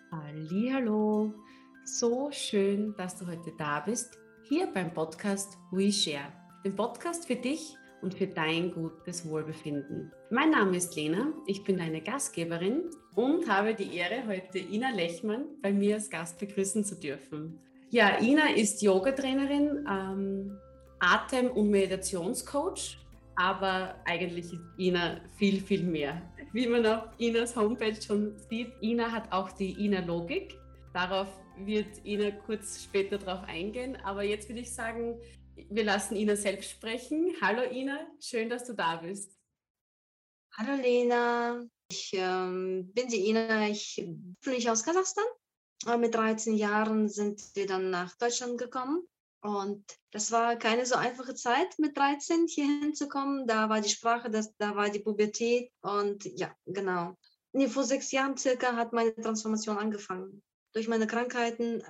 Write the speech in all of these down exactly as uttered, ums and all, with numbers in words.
Hallihallo, so schön, dass du heute da bist, hier beim Podcast We Share, dem Podcast für dich und für dein gutes Wohlbefinden. Mein Name ist Lena, ich bin deine Gastgeberin und habe die Ehre, heute Ina Lechmann bei mir als Gast begrüßen zu dürfen. Ja, Ina ist Yogatrainerin, ähm, Atem- und Meditationscoach, aber eigentlich ist Ina viel, viel mehr. Wie man auf Inas Homepage schon sieht, Ina hat auch die Ina-Logik. Darauf wird Ina kurz später drauf eingehen. Aber jetzt würde ich sagen, wir lassen Ina selbst sprechen. Hallo Ina, schön, dass du da bist. Hallo Lena, ich ähm, bin die Ina, ich bin nicht aus Kasachstan. Aber mit dreizehn Jahren sind wir dann nach Deutschland gekommen. Und das war keine so einfache Zeit, mit dreizehn hier hinzukommen. Da war die Sprache, das, da war die Pubertät. Und ja, genau. Nee, vor sechs Jahren circa hat meine Transformation angefangen. Durch meine Krankheiten.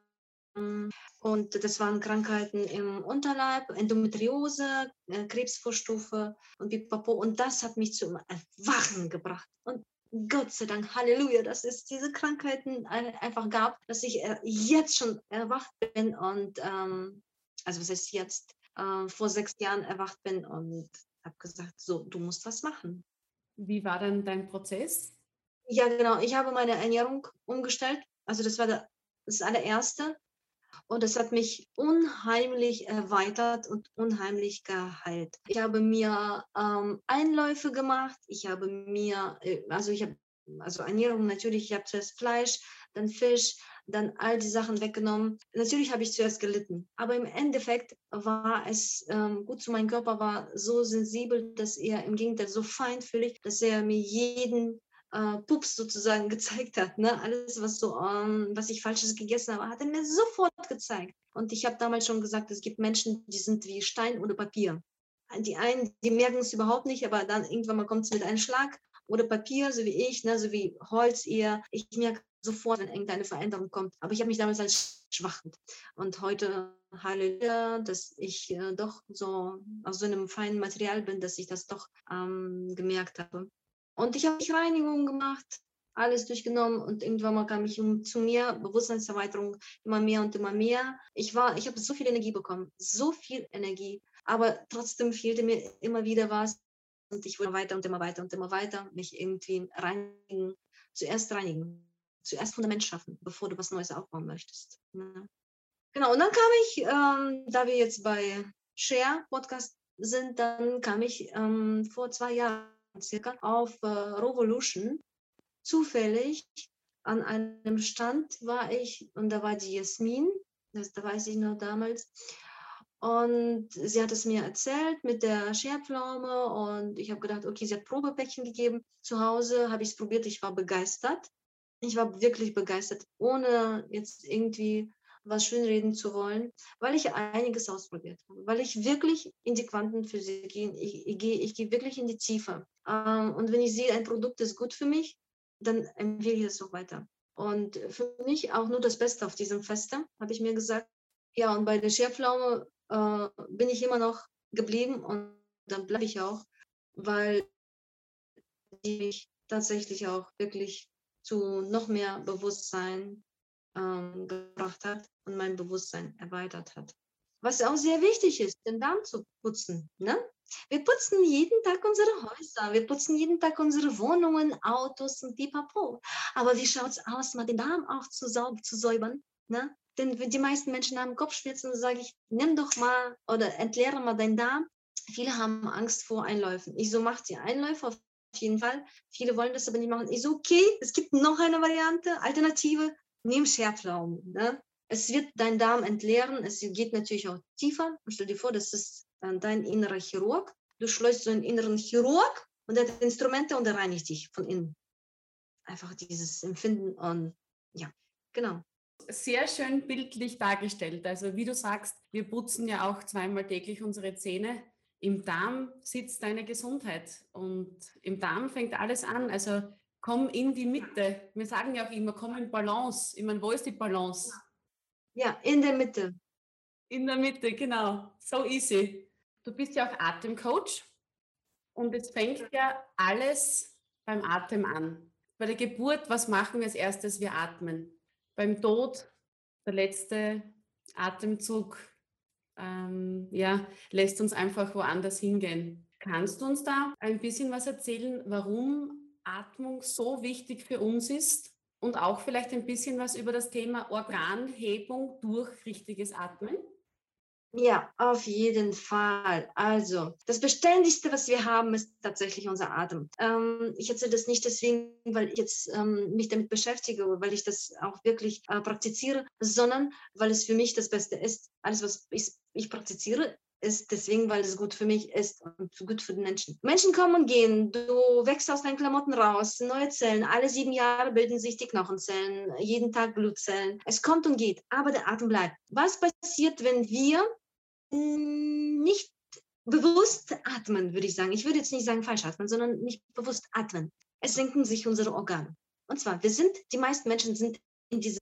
Ähm, und das waren Krankheiten im Unterleib, Endometriose, äh, Krebsvorstufe und Pipapo. Und das hat mich zum Erwachen gebracht. Und Gott sei Dank, Halleluja, dass es diese Krankheiten einfach gab, dass ich jetzt schon erwacht bin und, ähm, also was heißt jetzt, äh, vor sechs Jahren erwacht bin und habe gesagt, so, du musst was machen. Wie war dann dein Prozess? Ja, genau. Ich habe meine Ernährung umgestellt. Also das war der, das allererste. Und es hat mich unheimlich erweitert und unheimlich geheilt. Ich habe mir ähm, Einläufe gemacht. Ich habe mir, äh, also ich habe, also Ernährung natürlich, ich habe zuerst Fleisch, dann Fisch, dann all die Sachen weggenommen. Natürlich habe ich zuerst gelitten, aber im Endeffekt war es ähm, gut, zu meinem Körper war so sensibel, dass er im Gegenteil so feinfühlig, dass er mir jeden äh, Pups sozusagen gezeigt hat. Ne? Alles, was so, ähm, was ich Falsches gegessen habe, hat er mir sofort gezeigt. Und ich habe damals schon gesagt, es gibt Menschen, die sind wie Stein oder Papier. Die einen, die merken es überhaupt nicht, aber dann irgendwann mal kommt es mit einem Schlag oder Papier, so wie ich, ne, so wie Holz eher. Ich merke sofort, wenn irgendeine Veränderung kommt. Aber ich habe mich damals als schwach. Und heute Halleluja, dass ich äh, doch so aus so einem feinen Material bin, dass ich das doch ähm, gemerkt habe. Und ich habe Reinigung gemacht, alles durchgenommen und irgendwann mal kam ich um, zu mir, Bewusstseinserweiterung, immer mehr und immer mehr. Ich war, ich habe so viel Energie bekommen, so viel Energie, aber trotzdem fehlte mir immer wieder was und ich wollte weiter und immer weiter und immer weiter mich irgendwie reinigen, zuerst reinigen, zuerst Fundament schaffen, bevor du was Neues aufbauen möchtest. Ne? Genau, und dann kam ich, ähm, da wir jetzt bei Share Podcast sind, dann kam ich ähm, vor zwei Jahren circa auf äh, Revolution. Zufällig an einem Stand war ich und da war die Jasmin, das, da weiß ich noch damals. Und sie hat es mir erzählt mit der Scherpflaume und ich habe gedacht, okay, sie hat Probepäckchen gegeben. Zu Hause habe ich es probiert, ich war begeistert. Ich war wirklich begeistert, ohne jetzt irgendwie was schönreden zu wollen, weil ich einiges ausprobiert habe, weil ich wirklich in die Quantenphysik gehe, ich, ich gehe ich gehe wirklich in die Tiefe. Ähm, und wenn ich sehe, ein Produkt ist gut für mich, dann empfehle ich es auch weiter. Und für mich auch nur das Beste auf diesem Feste, habe ich mir gesagt. Ja, und bei der Scherpflaume äh, bin ich immer noch geblieben und dann bleibe ich auch, weil die mich tatsächlich auch wirklich zu noch mehr Bewusstsein ähm, gebracht hat und mein Bewusstsein erweitert hat. Was auch sehr wichtig ist, den Darm zu putzen. Ne? Wir putzen jeden Tag unsere Häuser, wir putzen jeden Tag unsere Wohnungen, Autos und pipapo. Aber wie schaut es aus, mal den Darm auch zu, sau zu säubern? Ne? Denn die meisten Menschen haben Kopfschmerzen und sage ich, nimm doch mal oder entleere mal deinen Darm. Viele haben Angst vor Einläufen. Ich so, macht die Einläufe auf jeden Fall. Viele wollen das aber nicht machen. Ich so, okay, es gibt noch eine Variante, Alternative, nimm Scherpflaumen. Ne? Es wird deinen Darm entleeren. Es geht natürlich auch tiefer. Und stell dir vor, das ist äh, dein innerer Chirurg. Du schleust so einen inneren Chirurg und der hat Instrumente und der reinigt dich von innen. Einfach dieses Empfinden und ja, genau. Sehr schön bildlich dargestellt. Also wie du sagst, wir putzen ja auch zweimal täglich unsere Zähne. Im Darm sitzt deine Gesundheit und im Darm fängt alles an. Also komm in die Mitte. Wir sagen ja auch immer, komm in Balance. Ich meine, wo ist die Balance? Ja, in der Mitte. In der Mitte, genau. So easy. Du bist ja auch Atemcoach und es fängt ja alles beim Atem an. Bei der Geburt, was machen wir als erstes? Wir atmen. Beim Tod, der letzte Atemzug, ähm, ja, lässt uns einfach woanders hingehen. Kannst du uns da ein bisschen was erzählen, warum Atmung so wichtig für uns ist? Und auch vielleicht ein bisschen was über das Thema Organhebung durch richtiges Atmen? Ja, auf jeden Fall. Also, das Beständigste, was wir haben, ist tatsächlich unser Atem. Ähm, ich erzähle das nicht deswegen, weil ich jetzt ähm, mich damit beschäftige oder weil ich das auch wirklich äh, praktiziere, sondern weil es für mich das Beste ist. Alles, was ich, ich praktiziere, ist deswegen, weil es gut für mich ist und gut für den Menschen. Menschen kommen und gehen, du wächst aus deinen Klamotten raus, neue Zellen, alle sieben Jahre bilden sich die Knochenzellen, jeden Tag Blutzellen. Es kommt und geht, aber der Atem bleibt. Was passiert, wenn wir nicht bewusst atmen, würde ich sagen. Ich würde jetzt nicht sagen falsch atmen, sondern nicht bewusst atmen. Es senken sich unsere Organe. Und zwar, wir sind, die meisten Menschen sind in diese,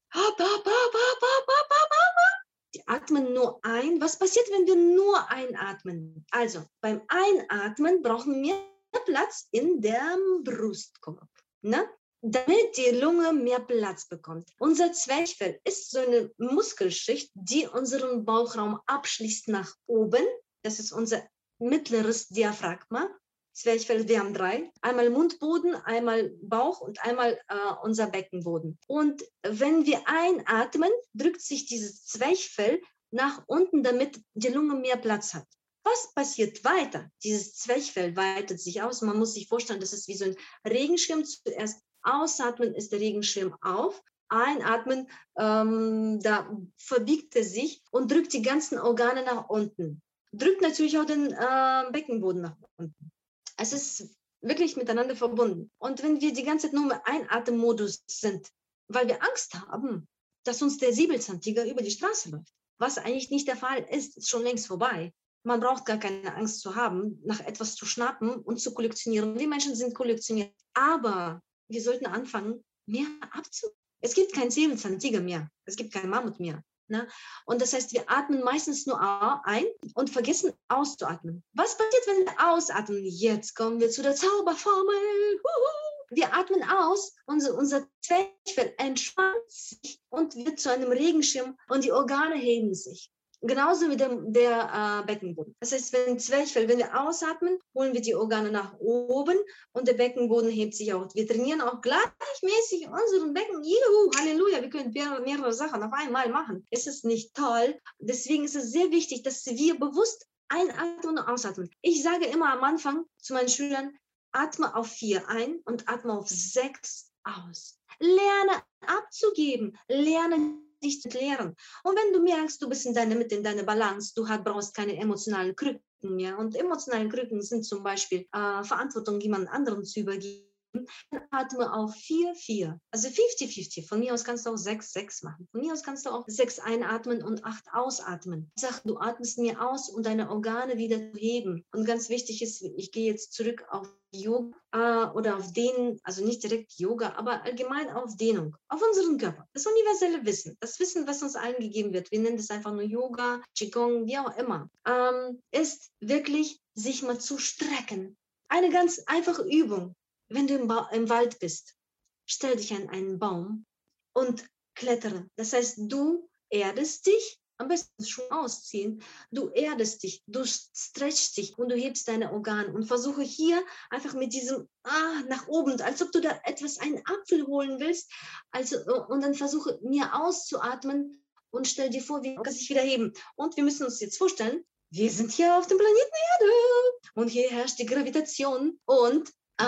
die atmen nur ein. Was passiert, wenn wir nur einatmen? Also, beim Einatmen brauchen wir Platz in der Brustkorb, ne? Damit die Lunge mehr Platz bekommt. Unser Zwerchfell ist so eine Muskelschicht, die unseren Bauchraum abschließt nach oben. Das ist unser mittleres Diaphragma. Zwerchfell, wir haben drei. Einmal Mundboden, einmal Bauch und einmal äh, unser Beckenboden. Und wenn wir einatmen, drückt sich dieses Zwerchfell nach unten, damit die Lunge mehr Platz hat. Was passiert weiter? Dieses Zwerchfell weitet sich aus. Man muss sich vorstellen, das ist wie so ein Regenschirm. Zuerst ausatmen ist der Regenschirm auf. Einatmen, ähm, da verbiegt er sich und drückt die ganzen Organe nach unten. Drückt natürlich auch den äh, Beckenboden nach unten. Es ist wirklich miteinander verbunden. Und wenn wir die ganze Zeit nur im Einatemmmodus sind, weil wir Angst haben, dass uns der Säbelzahntiger über die Straße läuft, was eigentlich nicht der Fall ist, ist schon längst vorbei. Man braucht gar keine Angst zu haben, nach etwas zu schnappen und zu kollektionieren. Wir Menschen sind kollektioniert. Aber wir sollten anfangen, mehr abzugeben. Es gibt keinen Säbelzahntiger mehr. Es gibt keinen Mammut mehr. Ne? Und das heißt, wir atmen meistens nur ein und vergessen auszuatmen. Was passiert, wenn wir ausatmen? Jetzt kommen wir zu der Zauberformel. Huhu. Wir atmen aus, unser, unser Zwerchfell entspannt sich und wird zu einem Regenschirm und die Organe heben sich. Genauso wie der, der äh, Beckenboden. Das heißt, wenn Zwerchfell, wenn wir ausatmen, holen wir die Organe nach oben und der Beckenboden hebt sich auf. Wir trainieren auch gleichmäßig unseren Becken. Juhu, Halleluja, wir können mehrere, mehrere Sachen auf einmal machen. Ist es nicht toll? Deswegen ist es sehr wichtig, dass wir bewusst einatmen und ausatmen. Ich sage immer am Anfang zu meinen Schülern, atme auf vier ein und atme auf sechs aus. Lerne abzugeben, lerne dich zu klären. Und wenn du merkst, du bist in deiner Mitte, in deiner Balance, du hast, brauchst keine emotionalen Krücken mehr. Und emotionale Krücken sind zum Beispiel äh, Verantwortung jemand anderem zu übergeben. Dann atme auf vier vier. Also fünfzig fünfzig. Von mir aus kannst du auch sechs sechs machen. Von mir aus kannst du auch sechs einatmen und acht ausatmen. Sag, du atmest mir aus, um deine Organe wieder zu heben. Und ganz wichtig ist, ich gehe jetzt zurück auf Yoga äh, oder auf Dehnen, also nicht direkt Yoga, aber allgemein auf Dehnung, auf unseren Körper. Das universelle Wissen, das Wissen, was uns allen gegeben wird, wir nennen das einfach nur Yoga, Qigong, wie auch immer, ähm, ist wirklich, sich mal zu strecken. Eine ganz einfache Übung. Wenn du im, ba- im Wald bist, stell dich an einen Baum und klettere. Das heißt, du erdest dich, am besten Schuhe ausziehen, du erdest dich, du stretchst dich und du hebst deine Organe und versuche hier einfach mit diesem ah, nach oben, als ob du da etwas, einen Apfel holen willst, also, und dann versuche mir auszuatmen und stell dir vor, wie kann sich wieder heben. Und wir müssen uns jetzt vorstellen, wir sind hier auf dem Planeten Erde und hier herrscht die Gravitation und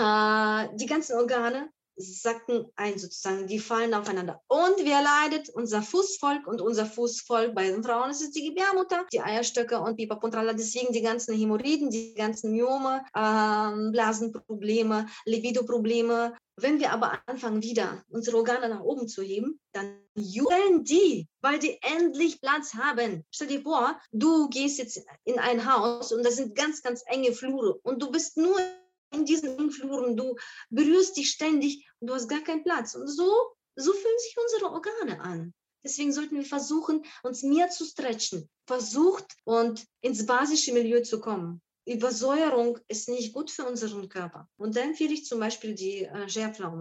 äh, die ganzen Organe sacken ein sozusagen, die fallen aufeinander. Und wer leidet? Unser Fußvolk, und unser Fußvolk bei den Frauen ist es die Gebärmutter, die Eierstöcke und Pipapontralla. Deswegen die ganzen Hämorrhoiden, die ganzen Myome, ähm, Blasenprobleme, Libidoprobleme. Wenn wir aber anfangen, wieder unsere Organe nach oben zu heben, dann jubeln die, weil die endlich Platz haben. Stell dir vor, du gehst jetzt in ein Haus und da sind ganz, ganz enge Flure und du bist nur in diesen Fluren, du berührst dich ständig und du hast gar keinen Platz. Und so, so fühlen sich unsere Organe an. Deswegen sollten wir versuchen, uns mehr zu stretchen. Versucht und ins basische Milieu zu kommen. Übersäuerung ist nicht gut für unseren Körper. Und da empfehle ich zum Beispiel die äh, Scherpflaume.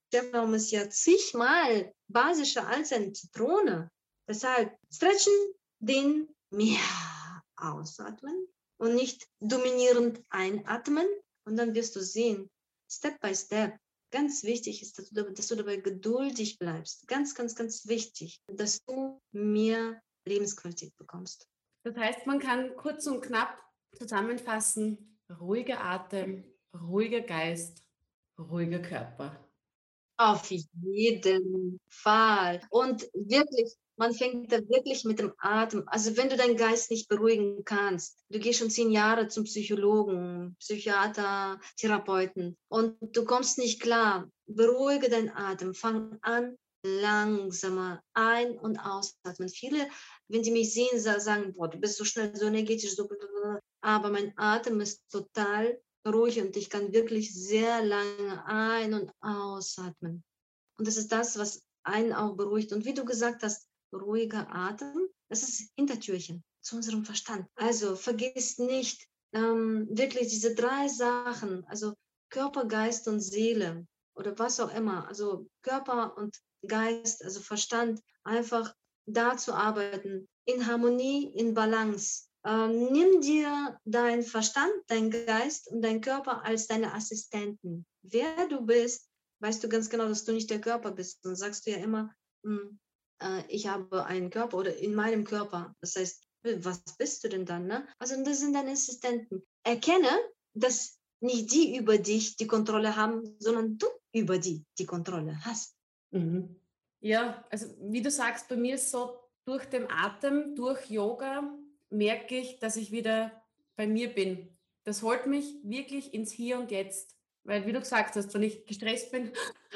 Chefraum ist ja zigmal basischer als eine Zitrone. Deshalb stretchen, den mehr ausatmen und nicht dominierend einatmen. Und dann wirst du sehen, Step by Step. Ganz wichtig ist, dass du, dass du dabei geduldig bleibst. Ganz, ganz, ganz wichtig, dass du mehr Lebensqualität bekommst. Das heißt, man kann kurz und knapp zusammenfassen, ruhiger Atem, ruhiger Geist, ruhiger Körper. Auf jeden Fall. Und wirklich, man fängt da wirklich mit dem Atem. Also wenn du deinen Geist nicht beruhigen kannst, du gehst schon zehn Jahre zum Psychologen, Psychiater, Therapeuten und du kommst nicht klar, beruhige deinen Atem. Fang an, langsamer ein- und ausatmen. Viele, wenn die mich sehen, sagen, boah, du bist so schnell, so energetisch, so blablabla. Aber mein Atem ist total ruhig und ich kann wirklich sehr lange ein- und ausatmen. Und das ist das, was einen auch beruhigt. Und wie du gesagt hast, ruhiger Atem, das ist Hintertürchen zu unserem Verstand. Also vergiss nicht ähm, wirklich diese drei Sachen, also Körper, Geist und Seele oder was auch immer, also Körper und Geist, also Verstand, einfach da zu arbeiten, in Harmonie, in Balance. Ähm, nimm dir deinen Verstand, deinen Geist und deinen Körper als deine Assistenten. Wer du bist, weißt du ganz genau, dass du nicht der Körper bist. Dann sagst du ja immer, hm, äh, ich habe einen Körper oder in meinem Körper. Das heißt, was bist du denn dann? Ne? Also das sind deine Assistenten. Erkenne, dass nicht die über dich die Kontrolle haben, sondern du über die die Kontrolle hast. Mhm. Ja, also wie du sagst, bei mir ist so, durch den Atem, durch Yoga merke ich, dass ich wieder bei mir bin. Das holt mich wirklich ins Hier und Jetzt. Weil, wie du gesagt hast, wenn ich gestresst bin,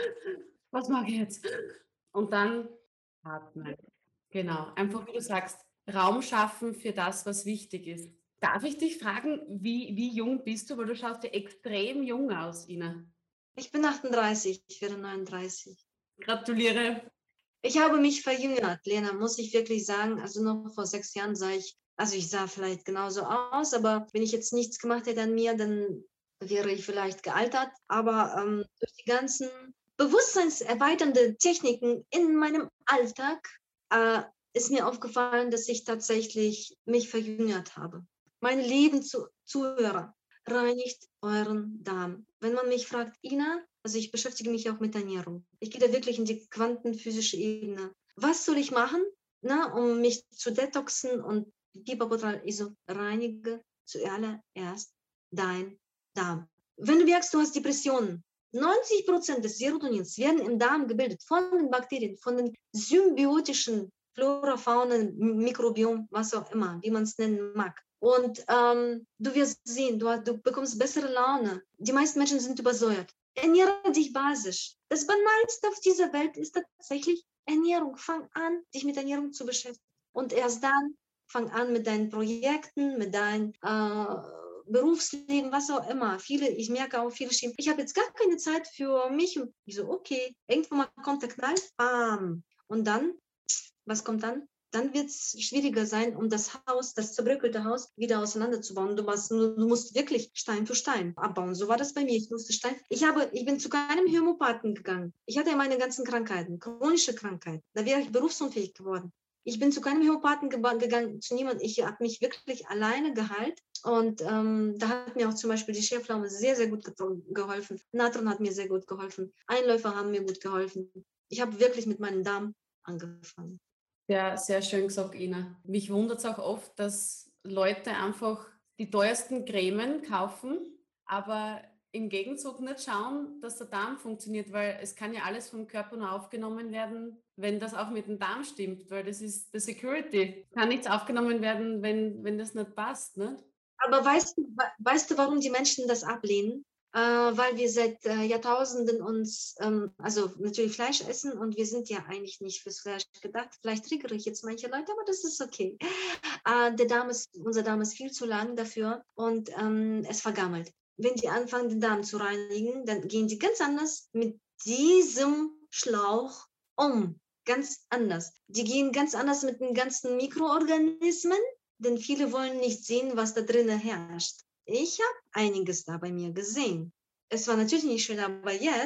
was mache ich jetzt? Und dann atmen. Genau, einfach wie du sagst, Raum schaffen für das, was wichtig ist. Darf ich dich fragen, wie, wie jung bist du? Weil du schaust ja extrem jung aus, Ina. Ich bin achtunddreißig, ich werde neununddreißig. Gratuliere. Ich habe mich verjüngert, Lena, muss ich wirklich sagen. Also noch vor sechs Jahren sah ich, also ich sah vielleicht genauso aus, aber wenn ich jetzt nichts gemacht hätte an mir, dann wäre ich vielleicht gealtert. Aber ähm, durch die ganzen bewusstseinserweiternde Techniken in meinem Alltag äh, ist mir aufgefallen, dass ich tatsächlich mich verjüngert habe. Meine lieben Zu Zuhörer, reinigt euren Darm. Wenn man mich fragt, Ina, also ich beschäftige mich auch mit Ernährung. Ich gehe da wirklich in die quantenphysische Ebene. Was soll ich machen, na, um mich zu detoxen und Pipapotal, ich so reinige zuallererst dein Darm. Wenn du merkst, du hast Depressionen, neunzig Prozent des Serotonins werden im Darm gebildet von den Bakterien, von den symbiotischen Flora, Fauna, Mikrobiom, was auch immer, wie man es nennen mag. Und ähm, du wirst sehen, du, du bekommst bessere Laune. Die meisten Menschen sind übersäuert. Ernähre dich basisch. Das Banalste auf dieser Welt ist tatsächlich Ernährung. Fang an, dich mit Ernährung zu beschäftigen. Und erst dann fang an mit deinen Projekten, mit deinem äh, Berufsleben, was auch immer. Viele, ich merke auch, viele schieben, ich habe jetzt gar keine Zeit für mich. Und ich so, okay, irgendwann mal kommt der Knall, bam. Und dann, was kommt dann? Dann wird es schwieriger sein, um das Haus, das zerbröckelte Haus, wieder auseinanderzubauen. Du, musst, du musst wirklich Stein für Stein abbauen. So war das bei mir. Ich musste Stein. Ich, habe, ich bin zu keinem Homöopathen gegangen. Ich hatte ja meine ganzen Krankheiten, chronische Krankheiten. Da wäre ich berufsunfähig geworden. Ich bin zu keinem Homöopathen gegangen, zu niemandem. Ich habe mich wirklich alleine geheilt. Und ähm, da hat mir auch zum Beispiel die Schärflaume sehr, sehr gut geholfen. Natron hat mir sehr gut geholfen. Einläufer haben mir gut geholfen. Ich habe wirklich mit meinem Darm angefangen. Ja, sehr schön gesagt, Ina. Mich wundert es auch oft, dass Leute einfach die teuersten Cremen kaufen, aber im Gegenzug nicht schauen, dass der Darm funktioniert, weil es kann ja alles vom Körper nur aufgenommen werden, wenn das auch mit dem Darm stimmt, weil das ist the Security. Kann nichts aufgenommen werden, wenn, wenn das nicht passt, ne? Aber weißt du, weißt du, warum die Menschen das ablehnen? Äh, weil wir seit äh, Jahrtausenden uns, ähm, also natürlich Fleisch essen und wir sind ja eigentlich nicht fürs Fleisch gedacht. Vielleicht triggere ich jetzt manche Leute, aber das ist okay. Äh, der Darm ist, unser Darm ist viel zu lang dafür und ähm, es vergammelt. Wenn die anfangen, den Darm zu reinigen, dann gehen die ganz anders mit diesem Schlauch um. Ganz anders. Die gehen ganz anders mit den ganzen Mikroorganismen, denn viele wollen nicht sehen, was da drinnen herrscht. Ich habe einiges da bei mir gesehen. Es war natürlich nicht schön, aber jetzt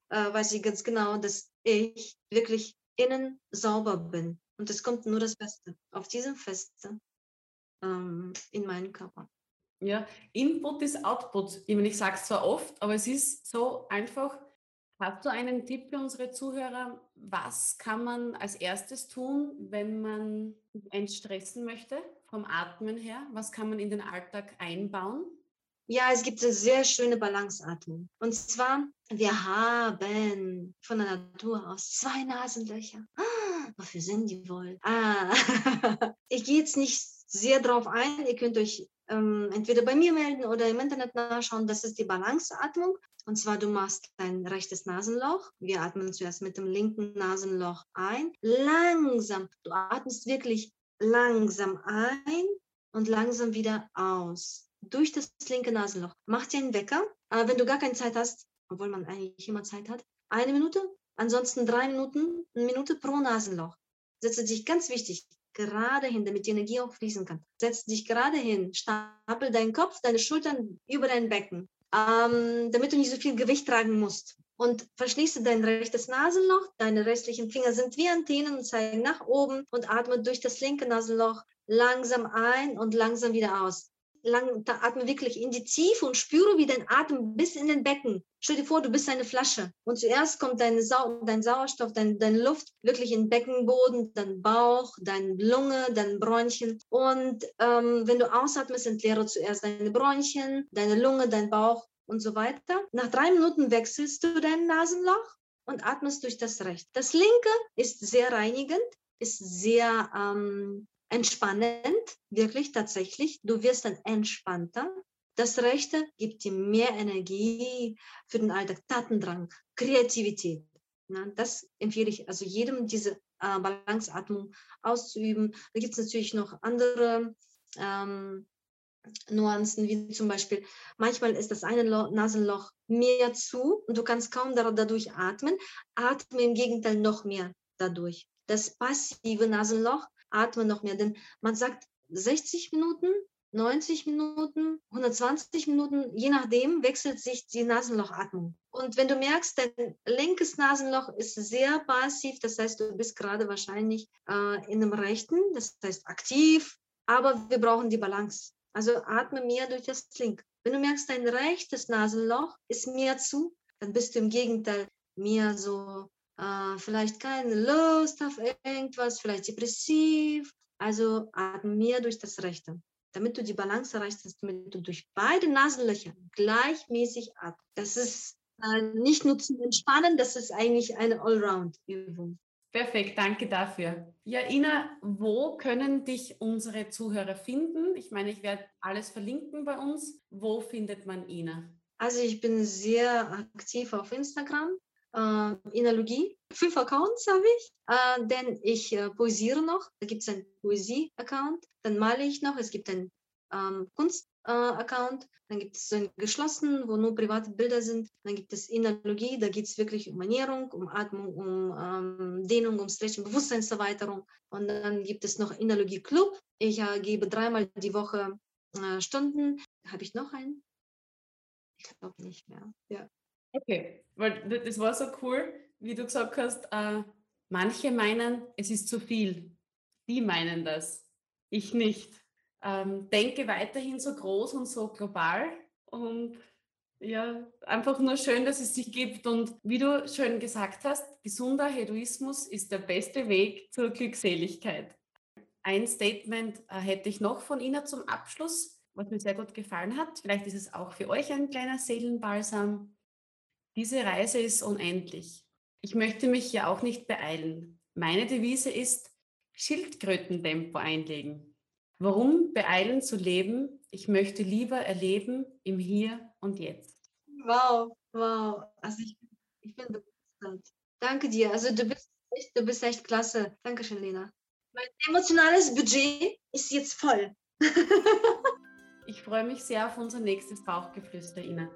äh, weiß ich ganz genau, dass ich wirklich innen sauber bin. Und es kommt nur das Beste auf diesem Feste ähm, in meinen Körper. Ja, Input ist Output. Ich meine, ich sage es zwar oft, aber es ist so einfach. Hast du einen Tipp für unsere Zuhörer? Was kann man als erstes tun, wenn man sich entstressen möchte, vom Atmen her? Was kann man in den Alltag einbauen? Ja, es gibt eine sehr schöne Balanceatmung. Und zwar, wir haben von der Natur aus zwei Nasenlöcher. Ah, wofür sind die wohl? Ah, ich gehe jetzt nicht sehr drauf ein. Ihr könnt euch ähm, entweder bei mir melden oder im Internet nachschauen. Das ist die Balanceatmung. Und zwar, du machst dein rechtes Nasenloch. Wir atmen zuerst mit dem linken Nasenloch ein. Langsam. Du atmest wirklich langsam ein und langsam wieder aus. Durch das linke Nasenloch. Mach dir einen Wecker, äh, wenn du gar keine Zeit hast, obwohl man eigentlich immer Zeit hat. Eine Minute, ansonsten drei Minuten, eine Minute pro Nasenloch. Setze dich, ganz wichtig, gerade hin, damit die Energie auch fließen kann. Setze dich gerade hin, stapel deinen Kopf, deine Schultern über dein Becken, ähm, damit du nicht so viel Gewicht tragen musst. Und verschließe dein rechtes Nasenloch, deine restlichen Finger sind wie Antennen und zeigen nach oben und atme durch das linke Nasenloch langsam ein und langsam wieder aus. Lang, da atme wirklich in die Tiefe und spüre, wie dein Atem bis in den Becken. Stell dir vor, du bist eine Flasche und zuerst kommt deine Sau dein Sauerstoff, dein, deine Luft wirklich in den Beckenboden, dein Bauch, deine Lunge, dein Bronchien. Und ähm, wenn du ausatmest, entleere zuerst deine Bronchien, deine Lunge, dein Bauch und so weiter. Nach drei Minuten wechselst du dein Nasenloch und atmest durch das rechte. Das linke ist sehr reinigend, ist sehr ähm, entspannend, wirklich tatsächlich. Du wirst dann entspannter. Das rechte gibt dir mehr Energie für den Alltag, Tatendrang, Kreativität. Ja, das empfehle ich also jedem, diese äh, Balanceatmung auszuüben. Da gibt es natürlich noch andere ähm, Nuancen, wie zum Beispiel, manchmal ist das eine Lo- Nasenloch mehr zu und du kannst kaum da- dadurch atmen. Atme im Gegenteil noch mehr dadurch. Das passive Nasenloch atme noch mehr, denn man sagt sechzig Minuten, neunzig Minuten, hundertzwanzig Minuten, je nachdem wechselt sich die Nasenlochatmung. Und wenn du merkst, dein linkes Nasenloch ist sehr passiv, das heißt, du bist gerade wahrscheinlich äh, in dem rechten, das heißt aktiv, aber wir brauchen die Balance. Also atme mehr durch das Link. Wenn du merkst, dein rechtes Nasenloch ist mehr zu, dann bist du im Gegenteil mehr so, äh, vielleicht keine Lust auf irgendwas, vielleicht depressiv. Also atme mehr durch das rechte, damit du die Balance erreichst, damit du durch beide Nasenlöcher gleichmäßig atmest. Das ist äh, nicht nur zum Entspannen, das ist eigentlich eine Allround-Übung. Perfekt, danke dafür. Ja, Ina, wo können dich unsere Zuhörer finden? Ich meine, ich werde alles verlinken bei uns. Wo findet man Ina? Also ich bin sehr aktiv auf Instagram, äh, Inalogie. Fünf Accounts habe ich, äh, denn ich äh, poesiere noch. Da gibt es einen Poesie-Account. Dann male ich noch. Es gibt einen ähm, Kunst-Account. Äh, dann gibt es so einen geschlossenen, wo nur private Bilder sind. Dann gibt es Inalogie. Da geht es wirklich um Ernährung, um Atmung, um ähm, Dehnung, um Stretching, Bewusstseinserweiterung. Und dann gibt es noch Inalogie Club. Ich äh, gebe dreimal die Woche äh, Stunden. Habe ich noch einen? Ich glaube nicht mehr. Ja. Okay, weil d- das war so cool, wie du gesagt hast, äh, manche meinen, es ist zu viel. Die meinen das, ich nicht. Ähm, denke weiterhin so groß und so global und ja, einfach nur schön, dass es dich gibt. Und wie du schön gesagt hast, gesunder Hedoismus ist der beste Weg zur Glückseligkeit. Ein Statement äh, hätte ich noch von Ihnen zum Abschluss, was mir sehr gut gefallen hat. Vielleicht ist es auch für euch ein kleiner Seelenbalsam. Diese Reise ist unendlich. Ich möchte mich ja auch nicht beeilen. Meine Devise ist Schildkrötentempo einlegen. Warum beeilen zu leben? Ich möchte lieber erleben im Hier und Jetzt. Wow, wow. Also ich, ich bin begeistert. Danke dir. Also du bist echt, du bist echt klasse. Dankeschön, Lena. Mein emotionales Budget ist jetzt voll. Ich freue mich sehr auf unser nächstes Bauchgeflüster, Ina.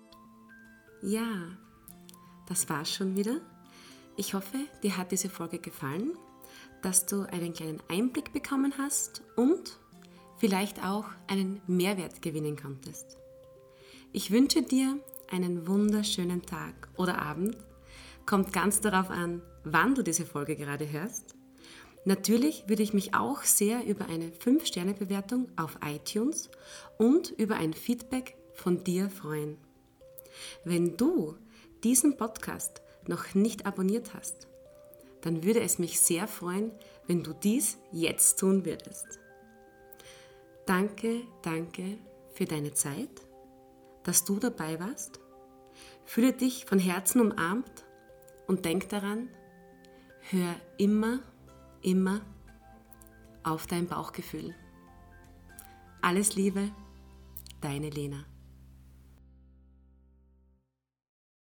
Ja, das war's schon wieder. Ich hoffe, dir hat diese Folge gefallen, dass du einen kleinen Einblick bekommen hast und vielleicht auch einen Mehrwert gewinnen konntest. Ich wünsche dir einen wunderschönen Tag oder Abend, kommt ganz darauf an, wann du diese Folge gerade hörst. Natürlich würde ich mich auch sehr über eine fünf Sterne Bewertung auf iTunes und über ein Feedback von dir freuen. Wenn du diesen Podcast noch nicht abonniert hast, dann würde es mich sehr freuen, wenn du dies jetzt tun würdest. Danke, danke für deine Zeit, dass du dabei warst. Fühle dich von Herzen umarmt und denk daran, hör immer, immer auf dein Bauchgefühl. Alles Liebe, deine Lena.